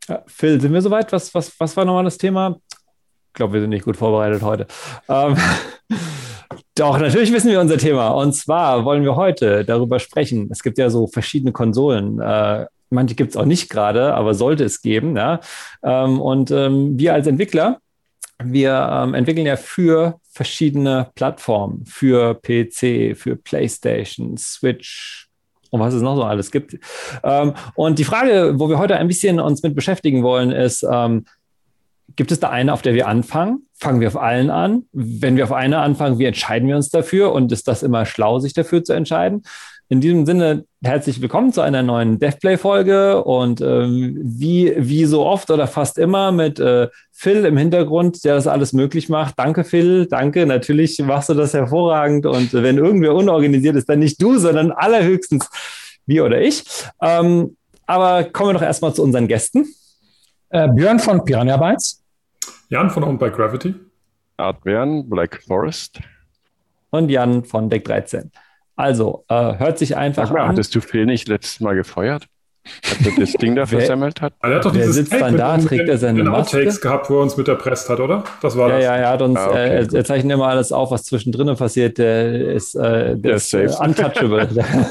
Ja, Phil, sind wir soweit? Was war nochmal das Thema? Ich glaube, wir sind nicht gut vorbereitet heute. Ähm, doch, natürlich wissen wir unser Thema. Und zwar wollen wir heute darüber sprechen. Es gibt ja so verschiedene Konsolen. Manche gibt es auch nicht gerade, aber sollte es geben. Ja? Wir als Entwickler, wir entwickeln ja für verschiedene Plattformen, für PC, für PlayStation, Switch und was es noch so alles gibt. Und die Frage, wo wir heute ein bisschen uns mit beschäftigen wollen, ist, gibt es da eine, auf der wir anfangen? Fangen wir auf allen an? Wenn wir auf eine anfangen, wie entscheiden wir uns dafür? Und ist das immer schlau, sich dafür zu entscheiden? In diesem Sinne, herzlich willkommen zu einer neuen DevPlay-Folge und wie so oft oder fast immer mit Phil im Hintergrund, der das alles möglich macht. Danke, Phil, danke. Natürlich machst du das hervorragend und wenn irgendwer unorganisiert ist, dann nicht du, sondern allerhöchstens wir oder ich. Aber kommen wir doch erstmal zu unseren Gästen. Björn von Piranha Bytes. Jan von Owned by Gravity. Adrian, Black Forest. Und Jan von Deck 13. Also, hört sich einfach an. Hattest du Phil nicht letztes Mal gefeuert? Als er das Ding da versammelt hat? Er hat doch wer sitzt dann da, trägt er seine Maske? Outtakes gehabt, wo er uns mit erpresst hat, oder? Das war das. Ja, er hat uns, okay, er zeichnet immer alles auf, was zwischendrin passiert. Der ist safe. Untouchable.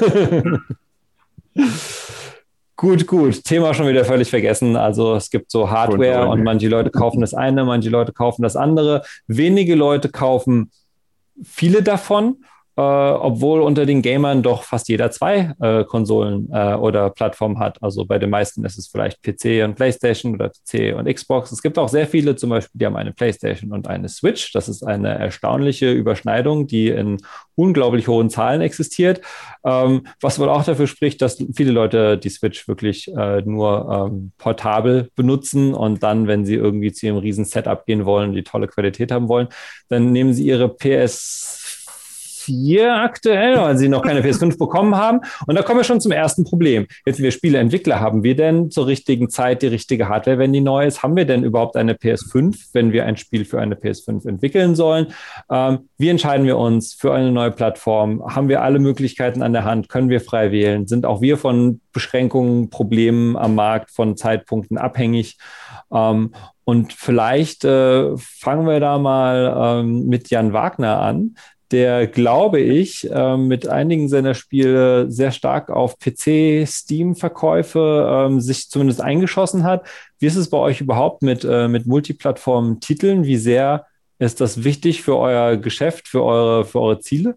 Gut. Thema schon wieder völlig vergessen. Also es gibt so Hardware und manche Leute kaufen das eine, manche Leute kaufen das andere. Wenige Leute kaufen viele davon, obwohl unter den Gamern doch fast jeder zwei Konsolen oder Plattformen hat. Also bei den meisten ist es vielleicht PC und PlayStation oder PC und Xbox. Es gibt auch sehr viele, zum Beispiel, die haben eine PlayStation und eine Switch. Das ist eine erstaunliche Überschneidung, die in unglaublich hohen Zahlen existiert. Was wohl auch dafür spricht, dass viele Leute die Switch wirklich nur portabel benutzen und dann, wenn sie irgendwie zu ihrem riesen Setup gehen wollen, die tolle Qualität haben wollen, dann nehmen sie ihre PS4 aktuell, weil sie noch keine PS5 bekommen haben. Und da kommen wir schon zum ersten Problem. Jetzt, wir Spieleentwickler, haben wir denn zur richtigen Zeit die richtige Hardware, wenn die neu ist? Haben wir denn überhaupt eine PS5, wenn wir ein Spiel für eine PS5 entwickeln sollen? Wie entscheiden wir uns für eine neue Plattform? Haben wir alle Möglichkeiten an der Hand? Können wir frei wählen? Sind auch wir von Beschränkungen, Problemen am Markt, von Zeitpunkten abhängig? Und vielleicht fangen wir da mal mit Jan Wagner an, der, glaube ich, mit einigen seiner Spiele sehr stark auf PC-Steam-Verkäufe sich zumindest eingeschossen hat. Wie ist es bei euch überhaupt mit Multiplattform-Titeln? Wie sehr ist das wichtig für euer Geschäft, für eure Ziele?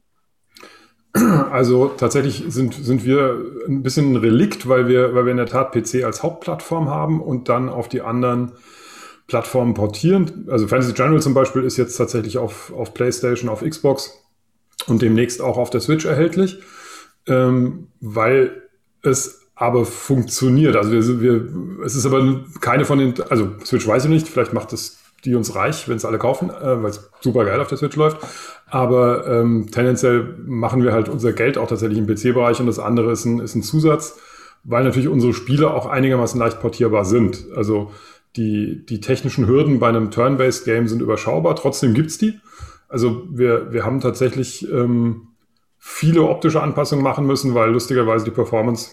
Also tatsächlich sind wir ein bisschen ein Relikt, weil wir in der Tat PC als Hauptplattform haben und dann auf die anderen Plattformen portieren. Also Fantasy General zum Beispiel ist jetzt tatsächlich auf PlayStation, auf Xbox und demnächst auch auf der Switch erhältlich, weil es aber funktioniert. Also es ist aber keine von den, also Switch weiß ich nicht, vielleicht macht es die uns reich, wenn es alle kaufen, weil es super geil auf der Switch läuft. Aber tendenziell machen wir halt unser Geld auch tatsächlich im PC-Bereich und das andere ist ein Zusatz, weil natürlich unsere Spiele auch einigermaßen leicht portierbar sind. Also die technischen Hürden bei einem Turn-Based Game sind überschaubar, trotzdem gibt's die. Also wir haben tatsächlich viele optische Anpassungen machen müssen, weil lustigerweise die Performance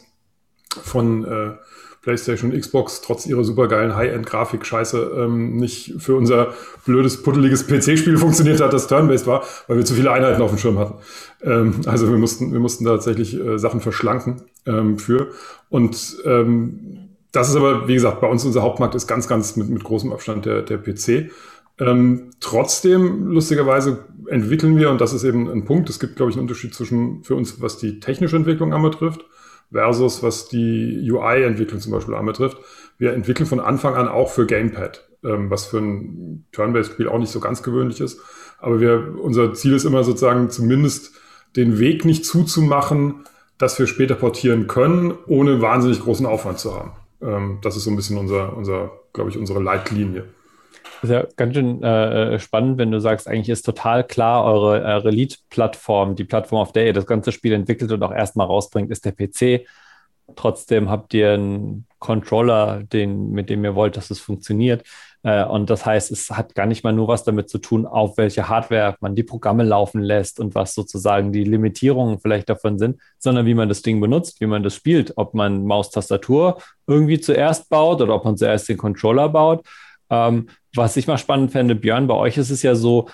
von PlayStation und Xbox trotz ihrer supergeilen High-End-Grafik-Scheiße nicht für unser blödes, puddeliges PC-Spiel funktioniert hat, das Turn-Based war, weil wir zu viele Einheiten auf dem Schirm hatten. Also wir mussten da tatsächlich Sachen verschlanken für. Und das ist aber, wie gesagt, bei uns unser Hauptmarkt ist ganz mit großem Abstand der PC. Trotzdem, lustigerweise, entwickeln wir, und das ist eben ein Punkt, es gibt, glaube ich, einen Unterschied für uns, was die technische Entwicklung anbetrifft, versus was die UI-Entwicklung zum Beispiel anbetrifft. Wir entwickeln von Anfang an auch für Gamepad, was für ein Turn-Based-Spiel auch nicht so ganz gewöhnlich ist. Aber unser Ziel ist immer sozusagen zumindest den Weg nicht zuzumachen, dass wir später portieren können, ohne wahnsinnig großen Aufwand zu haben. Das ist so ein bisschen glaube ich, unsere Leitlinie. Das ist ja ganz schön spannend, wenn du sagst, eigentlich ist total klar, eure Lead-Plattform, die Plattform, auf der ihr das ganze Spiel entwickelt und auch erstmal rausbringt, ist der PC. Trotzdem habt ihr einen Controller, mit dem ihr wollt, dass es funktioniert. Und das heißt, es hat gar nicht mal nur was damit zu tun, auf welche Hardware man die Programme laufen lässt und was sozusagen die Limitierungen vielleicht davon sind, sondern wie man das Ding benutzt, wie man das spielt, ob man Maustastatur irgendwie zuerst baut oder ob man zuerst den Controller baut. Was ich mal spannend fände, Björn, bei euch ist es ja so,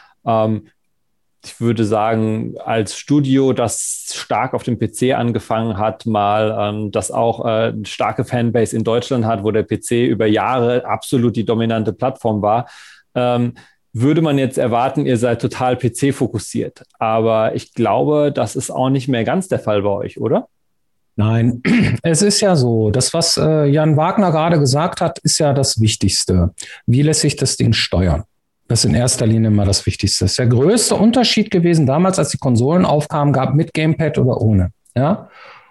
ich würde sagen, als Studio, das stark auf dem PC angefangen hat, das auch eine starke Fanbase in Deutschland hat, wo der PC über Jahre absolut die dominante Plattform war, würde man jetzt erwarten, ihr seid total PC-fokussiert. Aber ich glaube, das ist auch nicht mehr ganz der Fall bei euch, oder? Nein, es ist ja so, das, was Jan Wagner gerade gesagt hat, ist ja das Wichtigste. Wie lässt sich das Ding steuern? Das ist in erster Linie immer das Wichtigste. Das ist der größte Unterschied gewesen damals, als die Konsolen aufkamen, gab mit Gamepad oder ohne. Ja?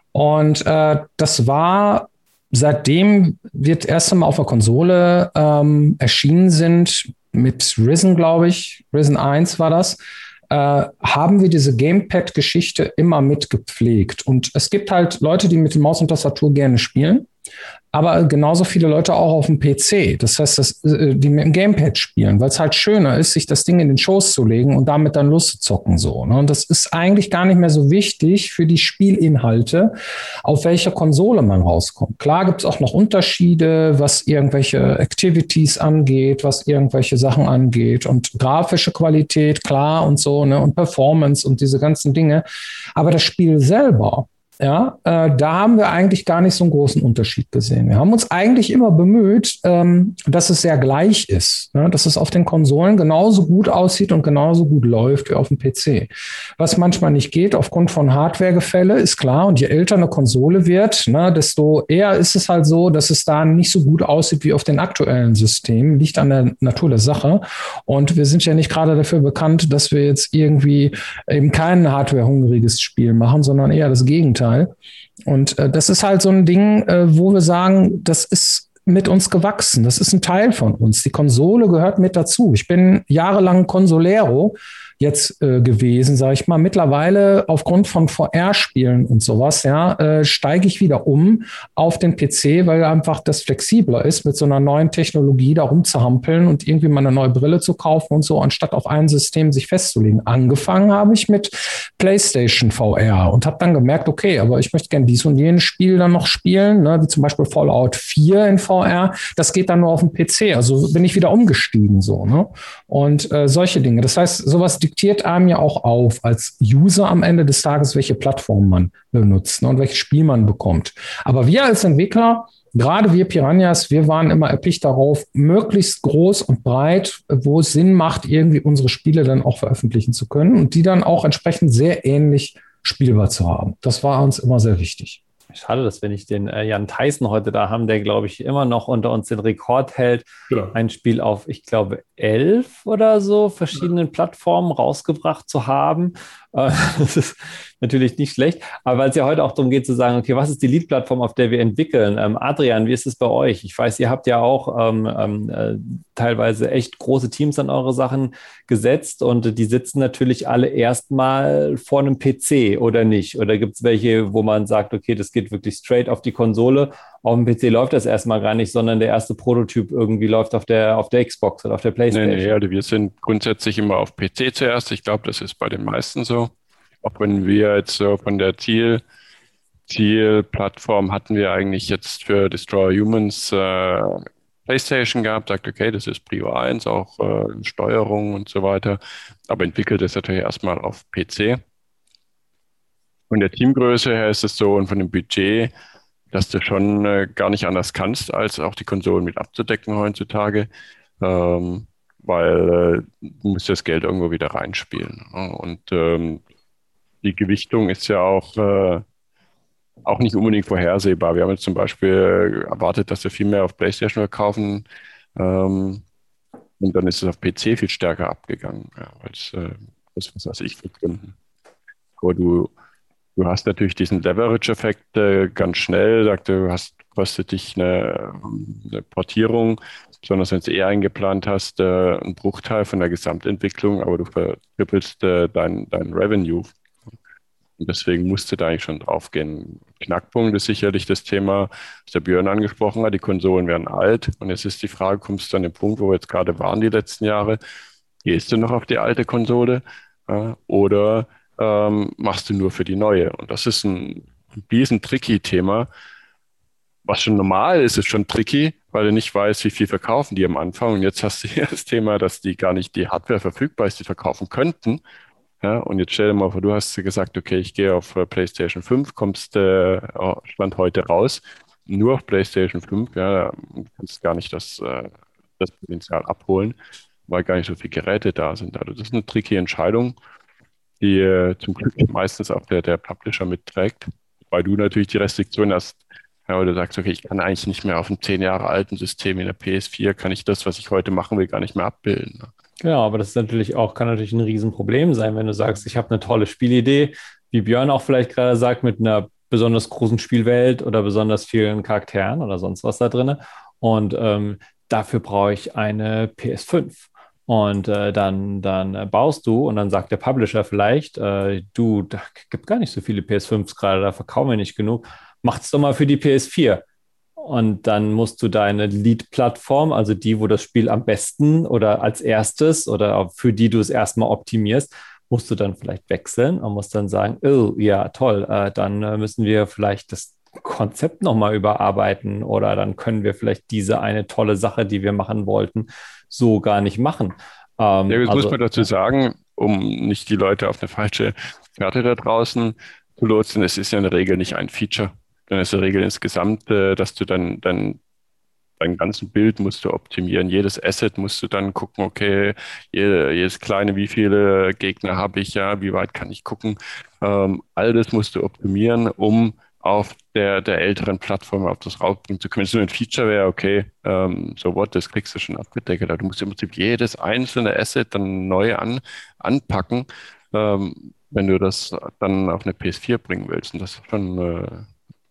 Und das war, seitdem wir das erste Mal auf der Konsole erschienen sind, mit Risen, glaube ich, Risen 1 war das, haben wir diese Gamepad-Geschichte immer mitgepflegt. Und es gibt halt Leute, die mit Maus und Tastatur gerne spielen, aber genauso viele Leute auch auf dem PC. Das heißt, die mit dem Gamepad spielen, weil es halt schöner ist, sich das Ding in den Schoß zu legen und damit dann loszuzocken. So, ne? Und das ist eigentlich gar nicht mehr so wichtig für die Spielinhalte, auf welcher Konsole man rauskommt. Klar gibt es auch noch Unterschiede, was irgendwelche Activities angeht, was irgendwelche Sachen angeht und grafische Qualität, klar und so, ne? Und Performance und diese ganzen Dinge. Aber das Spiel selber, ja, da haben wir eigentlich gar nicht so einen großen Unterschied gesehen. Wir haben uns eigentlich immer bemüht, dass es sehr gleich ist, ne? Dass es auf den Konsolen genauso gut aussieht und genauso gut läuft wie auf dem PC. Was manchmal nicht geht, aufgrund von Hardwaregefälle, ist klar. Und je älter eine Konsole wird, ne, desto eher ist es halt so, dass es da nicht so gut aussieht wie auf den aktuellen Systemen. Liegt an der Natur der Sache. Und wir sind ja nicht gerade dafür bekannt, dass wir jetzt irgendwie eben kein hardwarehungriges Spiel machen, sondern eher das Gegenteil. Und das ist halt so ein Ding, wo wir sagen, das ist mit uns gewachsen. Das ist ein Teil von uns. Die Konsole gehört mit dazu. Ich bin jahrelang Consolero jetzt gewesen, sage ich mal. Mittlerweile aufgrund von VR-Spielen und sowas, ja, steige ich wieder um auf den PC, weil einfach das flexibler ist, mit so einer neuen Technologie da rumzuhampeln und irgendwie mal eine neue Brille zu kaufen und so, anstatt auf ein System sich festzulegen. Angefangen habe ich mit PlayStation VR und habe dann gemerkt, okay, aber ich möchte gerne dies und jenes Spiel dann noch spielen, ne, wie zum Beispiel Fallout 4 in VR. Das geht dann nur auf dem PC. Also bin ich wieder umgestiegen so, ne? Und solche Dinge. Das heißt, sowas diktiert einem ja auch auf als User am Ende des Tages, welche Plattform man benutzt, ne, und welches Spiel man bekommt. Aber wir als Entwickler, gerade wir Piranhas, wir waren immer erpicht darauf, möglichst groß und breit, wo es Sinn macht, irgendwie unsere Spiele dann auch veröffentlichen zu können und die dann auch entsprechend sehr ähnlich spielbar zu haben. Das war uns immer sehr wichtig. Schade, dass wir nicht den Jan Theissen heute da haben, der, glaube ich, immer noch unter uns den Rekord hält, genau, ein Spiel auf, ich glaube, 11 oder so verschiedenen Plattformen rausgebracht zu haben. Das ist natürlich nicht schlecht, aber weil es ja heute auch darum geht zu sagen, okay, was ist die Lead-Plattform, auf der wir entwickeln? Adrian, wie ist es bei euch? Ich weiß, ihr habt ja auch teilweise echt große Teams an eure Sachen gesetzt und die sitzen natürlich alle erstmal vor einem PC oder nicht? Oder gibt es welche, wo man sagt, okay, das geht wirklich straight auf die Konsole? Auf dem PC läuft das erstmal gar nicht, sondern der erste Prototyp irgendwie läuft auf der Xbox oder auf der PlayStation. Nee, also wir sind grundsätzlich immer auf PC zuerst. Ich glaube, das ist bei den meisten so. Auch wenn wir jetzt so von der Zielplattform hatten wir eigentlich jetzt für Destroy Humans PlayStation gehabt, sagt, okay, das ist Prio 1, auch Steuerung und so weiter, aber entwickelt es natürlich erstmal auf PC. Von der Teamgröße her ist es so und von dem Budget, dass du schon gar nicht anders kannst, als auch die Konsolen mit abzudecken heutzutage, weil du musst das Geld irgendwo wieder reinspielen. Und die Gewichtung ist ja auch nicht unbedingt vorhersehbar. Wir haben jetzt zum Beispiel erwartet, dass wir viel mehr auf PlayStation verkaufen, und dann ist es auf PC viel stärker abgegangen, ja, weil das was weiß ich für Gründen. Aber du hast natürlich diesen Leverage-Effekt ganz schnell. Kostet dich eine Portierung, besonders wenn du eher eingeplant hast, einen Bruchteil von der Gesamtentwicklung, aber du vertrippelst dein Revenue. Und deswegen musste da eigentlich schon drauf gehen. Knackpunkt ist sicherlich das Thema, was der Björn angesprochen hat, die Konsolen werden alt. Und jetzt ist die Frage, kommst du an den Punkt, wo wir jetzt gerade waren die letzten Jahre, gehst du noch auf die alte Konsole oder machst du nur für die neue? Und das ist ein riesen tricky Thema. Was schon normal ist, ist schon tricky, weil du nicht weißt, wie viel verkaufen die am Anfang. Und jetzt hast du hier das Thema, dass die gar nicht die Hardware verfügbar ist, die verkaufen könnten. Ja, und jetzt stell dir mal vor, du hast gesagt, okay, ich gehe auf PlayStation 5, kommst Stand heute raus, nur auf PlayStation 5, ja, kannst gar nicht das Potenzial abholen, weil gar nicht so viele Geräte da sind. Also das ist eine tricky Entscheidung, die zum Glück meistens auch der Publisher mitträgt, weil du natürlich die Restriktion hast, ja, weil du sagst, okay, ich kann eigentlich nicht mehr auf einem 10 Jahre alten System in der PS4, kann ich das, was ich heute machen will, gar nicht mehr abbilden. Ne? Genau, aber das ist natürlich auch, kann natürlich ein Riesenproblem sein, wenn du sagst, ich habe eine tolle Spielidee, wie Björn auch vielleicht gerade sagt, mit einer besonders großen Spielwelt oder besonders vielen Charakteren oder sonst was da drin. Und dafür brauche ich eine PS5. Und dann baust du und dann sagt der Publisher vielleicht, du, da gibt gar nicht so viele PS5s gerade, da verkaufen wir nicht genug, macht's doch mal für die PS4. Und dann musst du deine Lead-Plattform, also die, wo das Spiel am besten oder als erstes oder für die du es erstmal optimierst, musst du dann vielleicht wechseln und musst dann sagen, oh ja, toll, dann müssen wir vielleicht das Konzept nochmal überarbeiten oder dann können wir vielleicht diese eine tolle Sache, die wir machen wollten, so gar nicht machen. Ja, jetzt muss man dazu sagen, um nicht die Leute auf eine falsche Fährte da draußen zu lotsen, es ist ja in der Regel nicht ein Feature. Dann ist die Regel insgesamt, dass du dann dein ganzen Bild musst du optimieren. Jedes Asset musst du dann gucken, okay, jedes kleine, wie viele Gegner habe ich, ja, wie weit kann ich gucken. All das musst du optimieren, um auf der älteren Plattform auf das rausbringen zu können. Wenn es nur ein Feature wäre, okay, so what, das kriegst du schon abgedeckt. Aber du musst im Prinzip jedes einzelne Asset dann neu anpacken, wenn du das dann auf eine PS4 bringen willst. Und das ist schon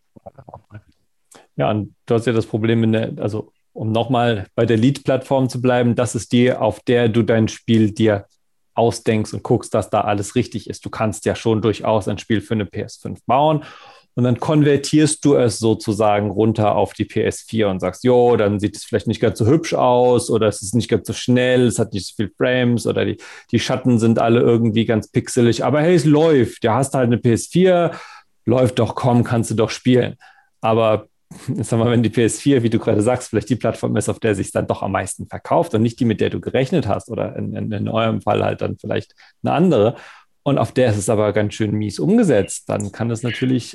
ja, und du hast ja das Problem, also um nochmal bei der Lead-Plattform zu bleiben, das ist die, auf der du dein Spiel dir ausdenkst und guckst, dass da alles richtig ist. Du kannst ja schon durchaus ein Spiel für eine PS5 bauen und dann konvertierst du es sozusagen runter auf die PS4 und sagst, jo, dann sieht es vielleicht nicht ganz so hübsch aus oder es ist nicht ganz so schnell, es hat nicht so viele Frames oder die Schatten sind alle irgendwie ganz pixelig, aber hey, es läuft. Du hast halt eine PS4, läuft doch, komm, kannst du doch spielen. Aber sag mal, wenn die PS4, wie du gerade sagst, vielleicht die Plattform ist, auf der sich dann doch am meisten verkauft und nicht die, mit der du gerechnet hast oder in eurem Fall halt dann vielleicht eine andere und auf der ist es aber ganz schön mies umgesetzt, dann kann das natürlich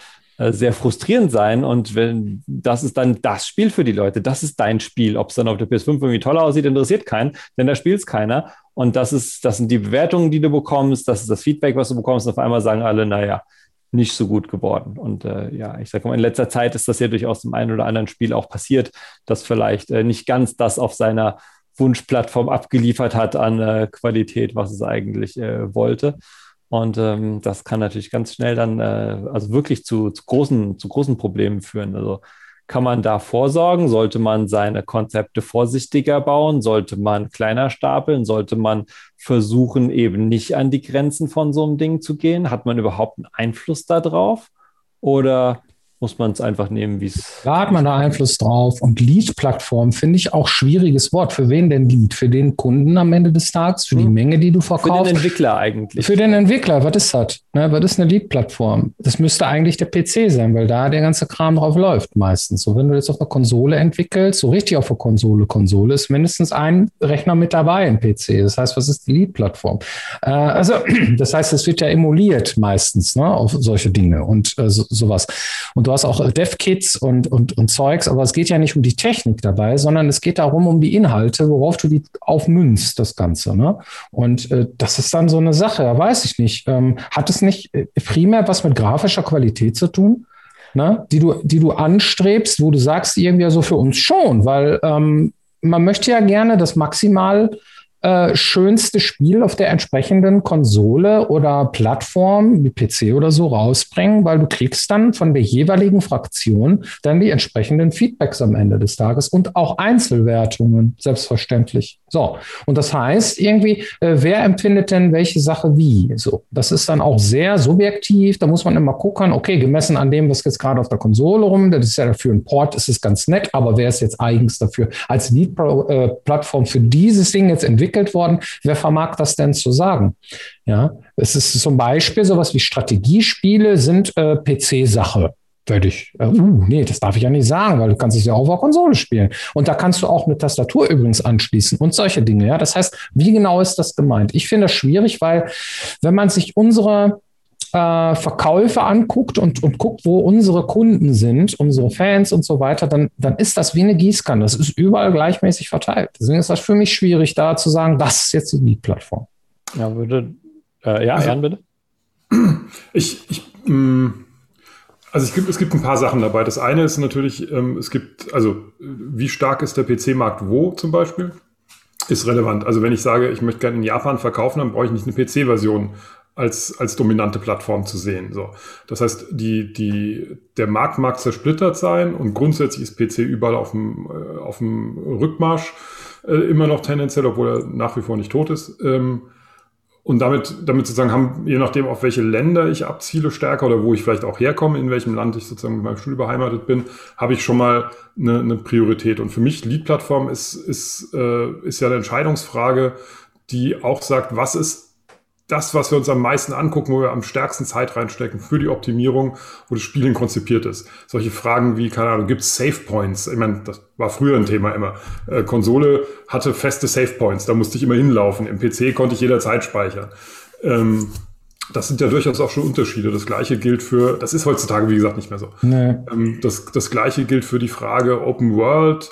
sehr frustrierend sein und wenn das ist dann das Spiel für die Leute, das ist dein Spiel, ob es dann auf der PS5 irgendwie toll aussieht, interessiert keinen, denn da spielt es keiner und das sind die Bewertungen, die du bekommst, das ist das Feedback, was du bekommst und auf einmal sagen alle, naja, nicht so gut geworden. Und ja, ich sage mal, in letzter Zeit ist das ja durchaus im einen oder anderen Spiel auch passiert, dass vielleicht nicht ganz das auf seiner Wunschplattform abgeliefert hat an Qualität, was es eigentlich wollte. Und das kann natürlich ganz schnell dann also wirklich zu großen Problemen führen. Also kann man da vorsorgen? Sollte man seine Konzepte vorsichtiger bauen? Sollte man kleiner stapeln? Sollte man versuchen, eben nicht an die Grenzen von so einem Ding zu gehen? Hat man überhaupt einen Einfluss darauf? Oder muss man es einfach nehmen, wie es... Da hat man da Einfluss drauf. Und Lead-Plattform finde ich auch schwieriges Wort. Für wen denn Lead? Für den Kunden am Ende des Tages? Für die Menge, die du verkaufst? Für den Entwickler eigentlich. Für den Entwickler, was ist das? Ne, was ist eine Lead-Plattform? Das müsste eigentlich der PC sein, weil da der ganze Kram drauf läuft meistens. So, wenn du jetzt auf einer Konsole entwickelst, so richtig auf einer Konsole ist mindestens ein Rechner mit dabei im PC. Das heißt, was ist die Lead-Plattform? Also, das heißt, es wird ja emuliert meistens, ne, auf solche Dinge und sowas. Und du hast auch Dev-Kits und Zeugs, aber es geht ja nicht um die Technik dabei, sondern es geht darum, um die Inhalte, worauf du die aufmünzt, das Ganze. Ne? Und das ist dann so eine Sache, da weiß ich nicht. Hat es nicht primär was mit grafischer Qualität zu tun, ne? Die du anstrebst, wo du sagst, irgendwie so für uns schon, weil man möchte ja gerne das maximal schönste Spiel auf der entsprechenden Konsole oder Plattform, wie PC oder so, rausbringen, weil du kriegst dann von der jeweiligen Fraktion dann die entsprechenden Feedbacks am Ende des Tages und auch Einzelwertungen, selbstverständlich. So, und das heißt irgendwie, wer empfindet denn welche Sache wie? So, das ist dann auch sehr subjektiv, da muss man immer gucken, okay, gemessen an dem, was jetzt gerade auf der Konsole rum, das ist ja dafür ein Port, ist es ganz nett, aber wer ist jetzt eigens dafür als Lead-Plattform für dieses Ding jetzt entwickelt worden? Wer vermag das denn zu sagen? Ja, es ist zum Beispiel sowas wie Strategiespiele sind PC-Sache. Nee, das darf ich ja nicht sagen, weil du kannst es ja auch auf der Konsole spielen. Und da kannst du auch eine Tastatur übrigens anschließen und solche Dinge. Ja, das heißt, wie genau ist das gemeint? Ich finde das schwierig, weil wenn man sich unsere Verkäufe anguckt und guckt, wo unsere Kunden sind, unsere Fans und so weiter, dann ist das wie eine Gießkanne. Das ist überall gleichmäßig verteilt. Deswegen ist das für mich schwierig, da zu sagen, das ist jetzt die Lead-Plattform. Ja, Jan, bitte. Es gibt ein paar Sachen dabei. Das eine ist natürlich, wie stark ist der PC-Markt wo zum Beispiel? Ist relevant. Also wenn ich sage, ich möchte gerne in Japan verkaufen, dann brauche ich nicht eine PC-Version als dominante Plattform zu sehen. So. Das heißt, der Markt mag zersplittert sein und grundsätzlich ist PC überall auf dem Rückmarsch immer noch tendenziell, obwohl er nach wie vor nicht tot ist. Und damit sozusagen je nachdem, auf welche Länder ich abziele stärker oder wo ich vielleicht auch herkomme, in welchem Land ich sozusagen mit meinem Studio beheimatet bin, habe ich schon mal eine Priorität. Und für mich Lead-Plattform ist ja eine Entscheidungsfrage, die auch sagt, was ist das, was wir uns am meisten angucken, wo wir am stärksten Zeit reinstecken für die Optimierung, wo das Spiel konzipiert ist. Solche Fragen wie, keine Ahnung, gibt es Save Points? Ich meine, das war früher ein Thema immer. Konsole hatte feste Save Points, da musste ich immer hinlaufen. Im PC konnte ich jederzeit speichern. Das sind ja durchaus auch schon Unterschiede. Das Gleiche gilt das ist heutzutage, wie gesagt, nicht mehr so. Nee. Das Gleiche gilt für die Frage Open World.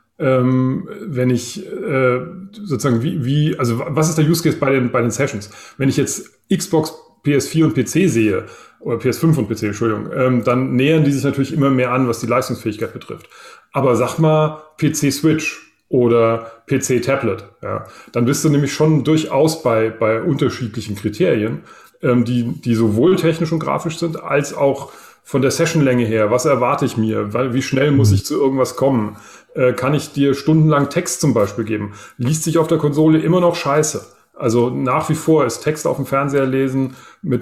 Wenn ich sozusagen was ist der Use Case bei den Sessions? Wenn ich jetzt Xbox, PS4 und PC sehe, oder PS5 und PC, Entschuldigung, dann nähern die sich natürlich immer mehr an, was die Leistungsfähigkeit betrifft. Aber sag mal PC Switch oder PC Tablet, ja, dann bist du nämlich schon durchaus bei unterschiedlichen Kriterien, die sowohl technisch und grafisch sind, als auch von der Sessionlänge her. Was erwarte ich mir? Wie schnell muss ich zu irgendwas kommen? Kann ich dir stundenlang Text zum Beispiel geben? Liest sich auf der Konsole immer noch scheiße. Also nach wie vor ist Text auf dem Fernseher lesen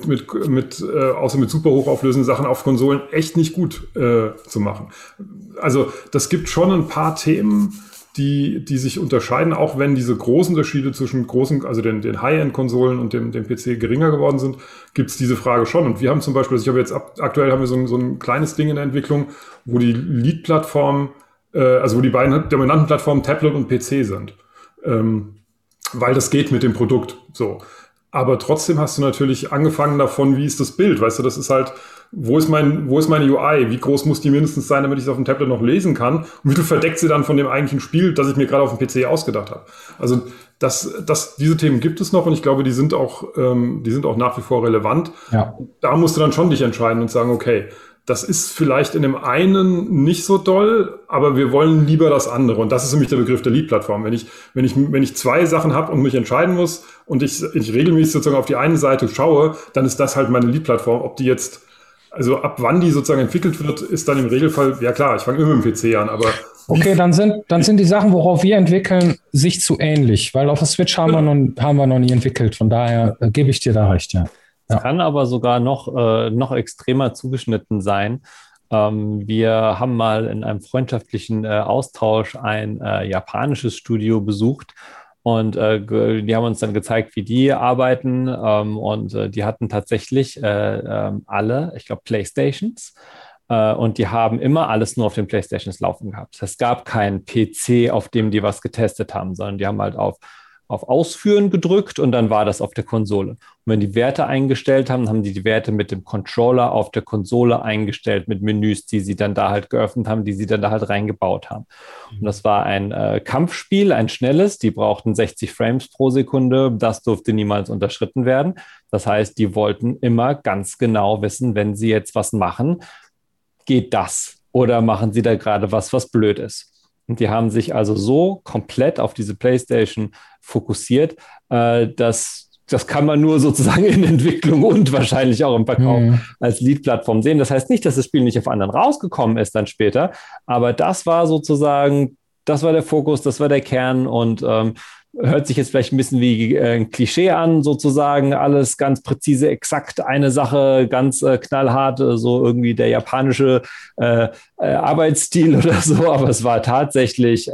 außer mit super hochauflösenden Sachen auf Konsolen echt nicht gut zu machen. Also das gibt schon ein paar Themen, die sich unterscheiden, auch wenn diese großen Unterschiede zwischen den High-End-Konsolen und dem PC geringer geworden sind, gibt es diese Frage schon. Und wir haben zum Beispiel, aktuell haben wir so ein kleines Ding in der Entwicklung, wo die Lead-Plattform, wo die beiden dominanten Plattformen Tablet und PC sind. Weil das geht mit dem Produkt so. Aber trotzdem hast du natürlich angefangen davon, wie ist das Bild? Weißt du, das ist halt, wo ist meine UI? Wie groß muss die mindestens sein, damit ich es auf dem Tablet noch lesen kann? Und wie viel verdeckt sie dann von dem eigentlichen Spiel, das ich mir gerade auf dem PC ausgedacht habe? Also diese Themen gibt es noch und ich glaube, die sind auch nach wie vor relevant. Ja. Da musst du dann schon dich entscheiden und sagen, okay, das ist vielleicht in dem einen nicht so doll, aber wir wollen lieber das andere. Und das ist nämlich der Begriff der Lead-Plattform. Wenn ich zwei Sachen habe und mich entscheiden muss und ich regelmäßig sozusagen auf die eine Seite schaue, dann ist das halt meine Lead-Plattform. Ob die jetzt, also ab wann die sozusagen entwickelt wird, ist dann im Regelfall, ja klar, ich fange immer mit dem PC an, aber... Okay, dann sind die Sachen, worauf wir entwickeln, sich zu ähnlich, weil auf der Switch haben wir noch nie entwickelt. Von daher gebe ich dir da recht, ja. Es kann aber sogar noch extremer zugeschnitten sein. Wir haben mal in einem freundschaftlichen Austausch ein japanisches Studio besucht und die haben uns dann gezeigt, wie die arbeiten und die hatten tatsächlich alle, ich glaube, Playstations und die haben immer alles nur auf den Playstations laufen gehabt. Es gab keinen PC, auf dem die was getestet haben, sondern die haben halt auf Ausführen gedrückt und dann war das auf der Konsole. Und wenn die Werte eingestellt haben, haben die Werte mit dem Controller auf der Konsole eingestellt, mit Menüs, die sie dann da halt geöffnet haben, die sie dann da halt reingebaut haben. Und das war ein Kampfspiel, ein schnelles, die brauchten 60 Frames pro Sekunde, das durfte niemals unterschritten werden. Das heißt, die wollten immer ganz genau wissen, wenn sie jetzt was machen, geht das? Oder machen sie da gerade was blöd ist? Und die haben sich also so komplett auf diese PlayStation fokussiert, das kann man nur sozusagen in Entwicklung und wahrscheinlich auch im Verkauf als Lead-Plattform sehen. Das heißt nicht, dass das Spiel nicht auf anderen rausgekommen ist dann später, aber das war sozusagen, das war der Fokus, das war der Kern und hört sich jetzt vielleicht ein bisschen wie ein Klischee an, sozusagen alles ganz präzise, exakt eine Sache, ganz knallhart, so irgendwie der japanische Arbeitsstil oder so, aber es war tatsächlich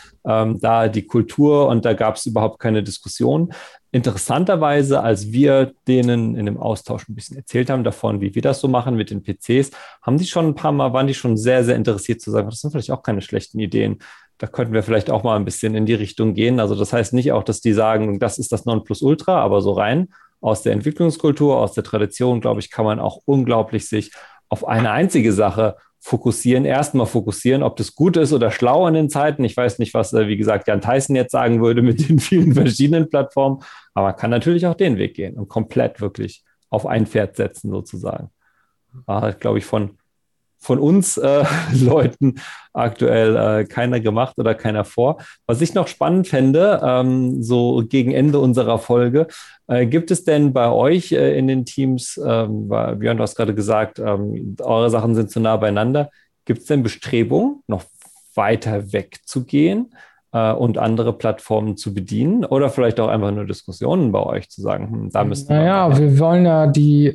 da die Kultur und da gab es überhaupt keine Diskussion. Interessanterweise, als wir denen in dem Austausch ein bisschen erzählt haben davon, wie wir das so machen mit den PCs, haben die schon ein paar Mal, waren die schon sehr, sehr interessiert zu sagen, das sind vielleicht auch keine schlechten Ideen. Da könnten wir vielleicht auch mal ein bisschen in die Richtung gehen. Also das heißt nicht auch, dass die sagen, das ist das Nonplusultra, aber so rein aus der Entwicklungskultur, aus der Tradition, glaube ich, kann man auch unglaublich sich auf eine einzige Sache fokussieren. Erstmal fokussieren, ob das gut ist oder schlau in den Zeiten. Ich weiß nicht, was, wie gesagt, Jan Tyson jetzt sagen würde mit den vielen verschiedenen Plattformen, aber man kann natürlich auch den Weg gehen und komplett wirklich auf ein Pferd setzen sozusagen. Glaube ich, von uns Leuten aktuell keiner gemacht oder keiner vor. Was ich noch spannend fände, so gegen Ende unserer Folge, gibt es denn bei euch in den Teams, Björn, du hast gerade gesagt, eure Sachen sind zu nah beieinander, gibt es denn Bestrebungen, noch weiter wegzugehen und andere Plattformen zu bedienen oder vielleicht auch einfach nur Diskussionen bei euch zu sagen, da müssten wir... Naja, wir wollen ja die...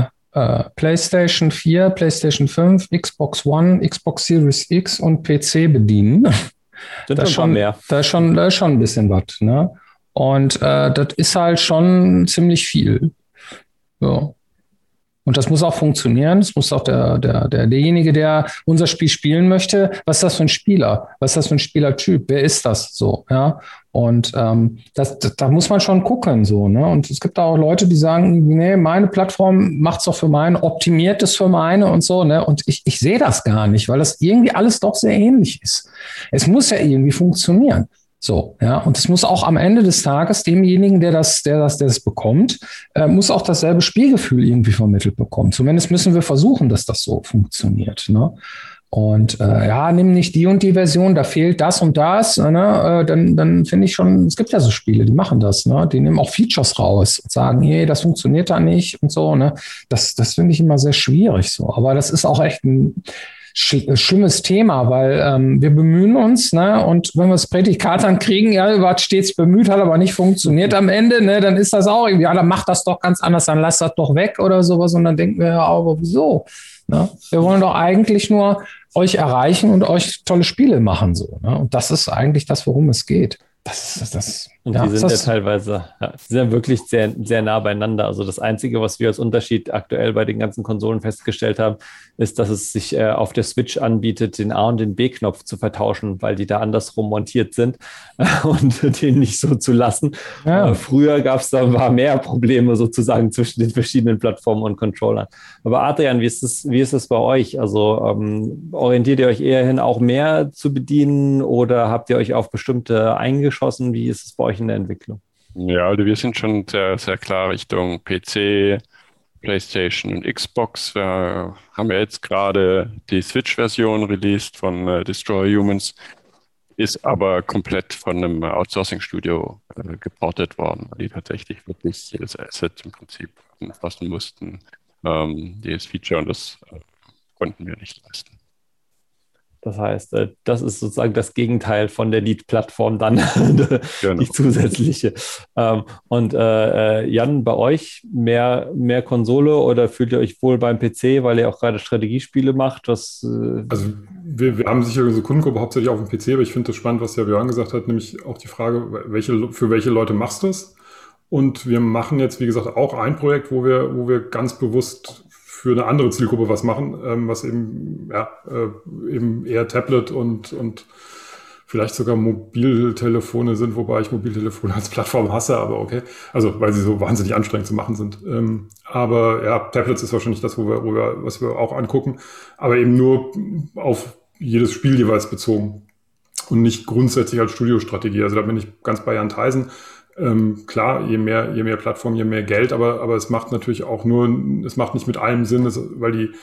PlayStation 4, PlayStation 5, Xbox One, Xbox Series X und PC bedienen. Sind schon mehr. Da ist schon ein bisschen was. Ne? Und das ist halt schon ziemlich viel. Ja. Und das muss auch funktionieren. Das muss auch derjenige, der unser Spiel spielen möchte, was ist das für ein Spieler? Was ist das für ein Spielertyp? Wer ist das so? Ja. Und da muss man schon gucken. So, ne? Und es gibt auch Leute, die sagen, nee, meine Plattform macht es doch für meine, optimiert es für meine und so. Ne? Und ich sehe das gar nicht, weil das irgendwie alles doch sehr ähnlich ist. Es muss ja irgendwie funktionieren. So, ja, und es muss auch am Ende des Tages demjenigen, der das bekommt, muss auch dasselbe Spielgefühl irgendwie vermittelt bekommen. Zumindest müssen wir versuchen, dass das so funktioniert. Ne? Und nimm nicht die und die Version, da fehlt das und das, ne? Dann finde ich schon, es gibt ja so Spiele, die machen das, ne? Die nehmen auch Features raus und sagen, hey, das funktioniert da nicht und so, ne? Das finde ich immer sehr schwierig so. Aber das ist auch echt ein schlimmes Thema, weil wir bemühen uns, ne? Und wenn wir das Prädikat dann kriegen, ja, ihr wart stets bemüht, hat aber nicht funktioniert am Ende, ne? Dann ist das auch irgendwie, ja, dann macht das doch ganz anders, dann lasst das doch weg oder sowas und dann denken wir, ja, aber wieso? Ne? Wir wollen doch eigentlich nur euch erreichen und euch tolle Spiele machen, so, ne? Und das ist eigentlich das, worum es geht. Und die sind ja teilweise, die sind wirklich sehr, sehr nah beieinander. Also das Einzige, was wir als Unterschied aktuell bei den ganzen Konsolen festgestellt haben, ist, dass es sich auf der Switch anbietet, den A- und den B-Knopf zu vertauschen, weil die da andersrum montiert sind und den nicht so zu lassen. Ja. Früher war mehr Probleme sozusagen zwischen den verschiedenen Plattformen und Controllern. Aber Adrian, wie ist es bei euch? Also orientiert ihr euch eher hin, auch mehr zu bedienen oder habt ihr euch auf bestimmte eingeschossen? Wie ist es bei euch in der Entwicklung? Ja, also wir sind schon sehr, sehr klar Richtung PC, PlayStation und Xbox. Wir haben ja jetzt gerade die Switch-Version released von Destroy Humans, ist aber komplett von einem Outsourcing-Studio geportet worden, weil die tatsächlich wirklich jedes Asset im Prinzip anfassen mussten, jedes Feature, und das konnten wir nicht leisten. Das heißt, das ist sozusagen das Gegenteil von der Lead-Plattform dann, genau. Die zusätzliche. Und Jan, bei euch mehr Konsole oder fühlt ihr euch wohl beim PC, weil ihr auch gerade Strategiespiele macht? Also wir haben sicher unsere Kundengruppe hauptsächlich auf dem PC, aber ich finde das spannend, was der Björn gesagt hat, nämlich auch die Frage, für welche Leute machst du es? Und wir machen jetzt, wie gesagt, auch ein Projekt, wo wir ganz bewusst für eine andere Zielgruppe was machen, was eben eher Tablet und vielleicht sogar Mobiltelefone sind, wobei ich Mobiltelefone als Plattform hasse, aber okay. Also weil sie so wahnsinnig anstrengend zu machen sind. Aber ja, Tablets ist wahrscheinlich das, was wir auch angucken, aber eben nur auf jedes Spiel jeweils bezogen und nicht grundsätzlich als Studiostrategie. Also da bin ich ganz bei Jan Tyson. Klar, je mehr Plattform, je mehr Geld, aber es macht natürlich auch es macht nicht mit allem Sinn, weil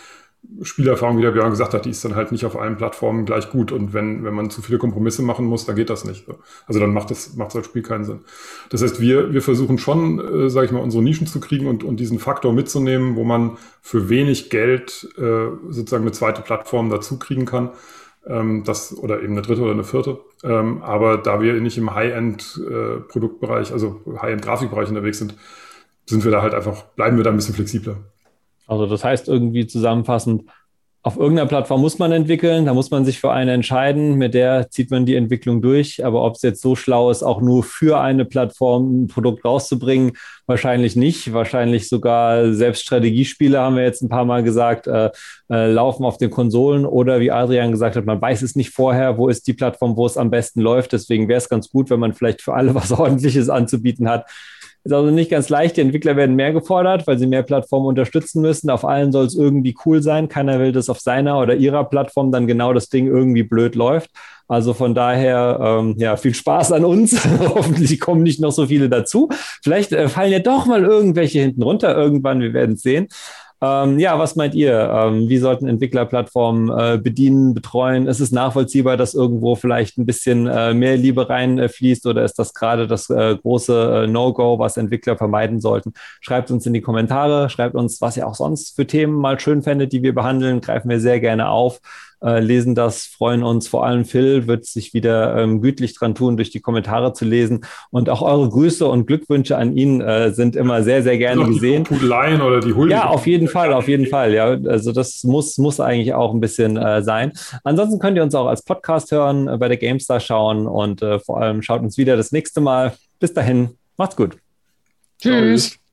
Spielerfahrung, wie der Björn gesagt hat, die ist dann halt nicht auf allen Plattformen gleich gut. Und wenn man zu viele Kompromisse machen muss, dann geht das nicht. Also dann macht das Spiel keinen Sinn. Das heißt, wir versuchen schon, sage ich mal, unsere Nischen zu kriegen und diesen Faktor mitzunehmen, wo man für wenig Geld sozusagen eine zweite Plattform dazu kriegen kann. Oder eben eine dritte oder eine vierte. Aber da wir nicht im High-End-Produktbereich, also High-End-Grafikbereich unterwegs sind wir da halt bleiben wir da ein bisschen flexibler. Also das heißt irgendwie zusammenfassend, auf irgendeiner Plattform muss man entwickeln, da muss man sich für eine entscheiden, mit der zieht man die Entwicklung durch. Aber ob es jetzt so schlau ist, auch nur für eine Plattform ein Produkt rauszubringen, wahrscheinlich nicht. Wahrscheinlich sogar selbst Strategiespiele, haben wir jetzt ein paar Mal gesagt, laufen auf den Konsolen. Oder wie Adrian gesagt hat, man weiß es nicht vorher, wo ist die Plattform, wo es am besten läuft. Deswegen wäre es ganz gut, wenn man vielleicht für alle was Ordentliches anzubieten hat. Ist also nicht ganz leicht. Die Entwickler werden mehr gefordert, weil sie mehr Plattformen unterstützen müssen. Auf allen soll es irgendwie cool sein. Keiner will, dass auf seiner oder ihrer Plattform dann genau das Ding irgendwie blöd läuft. Also von daher, viel Spaß an uns. Hoffentlich kommen nicht noch so viele dazu. Vielleicht fallen ja doch mal irgendwelche hinten runter irgendwann. Wir werden es sehen. Was meint ihr? Wie sollten Entwicklerplattformen bedienen, betreuen? Ist es nachvollziehbar, dass irgendwo vielleicht ein bisschen mehr Liebe reinfließt oder ist das gerade das große No-Go, was Entwickler vermeiden sollten? Schreibt uns in die Kommentare, schreibt uns, was ihr auch sonst für Themen mal schön fändet, die wir behandeln, greifen wir sehr gerne auf. Lesen das, freuen uns. Vor allem Phil wird sich wieder gütlich dran tun, durch die Kommentare zu lesen. Und auch eure Grüße und Glückwünsche an ihn sind immer sehr, sehr gerne gesehen. Die Pudeleien oder die Huldigung. Ja, auf jeden Fall. Ja, also das muss eigentlich auch ein bisschen sein. Ansonsten könnt ihr uns auch als Podcast hören, bei der GameStar schauen und vor allem schaut uns wieder das nächste Mal. Bis dahin, macht's gut. Tschüss.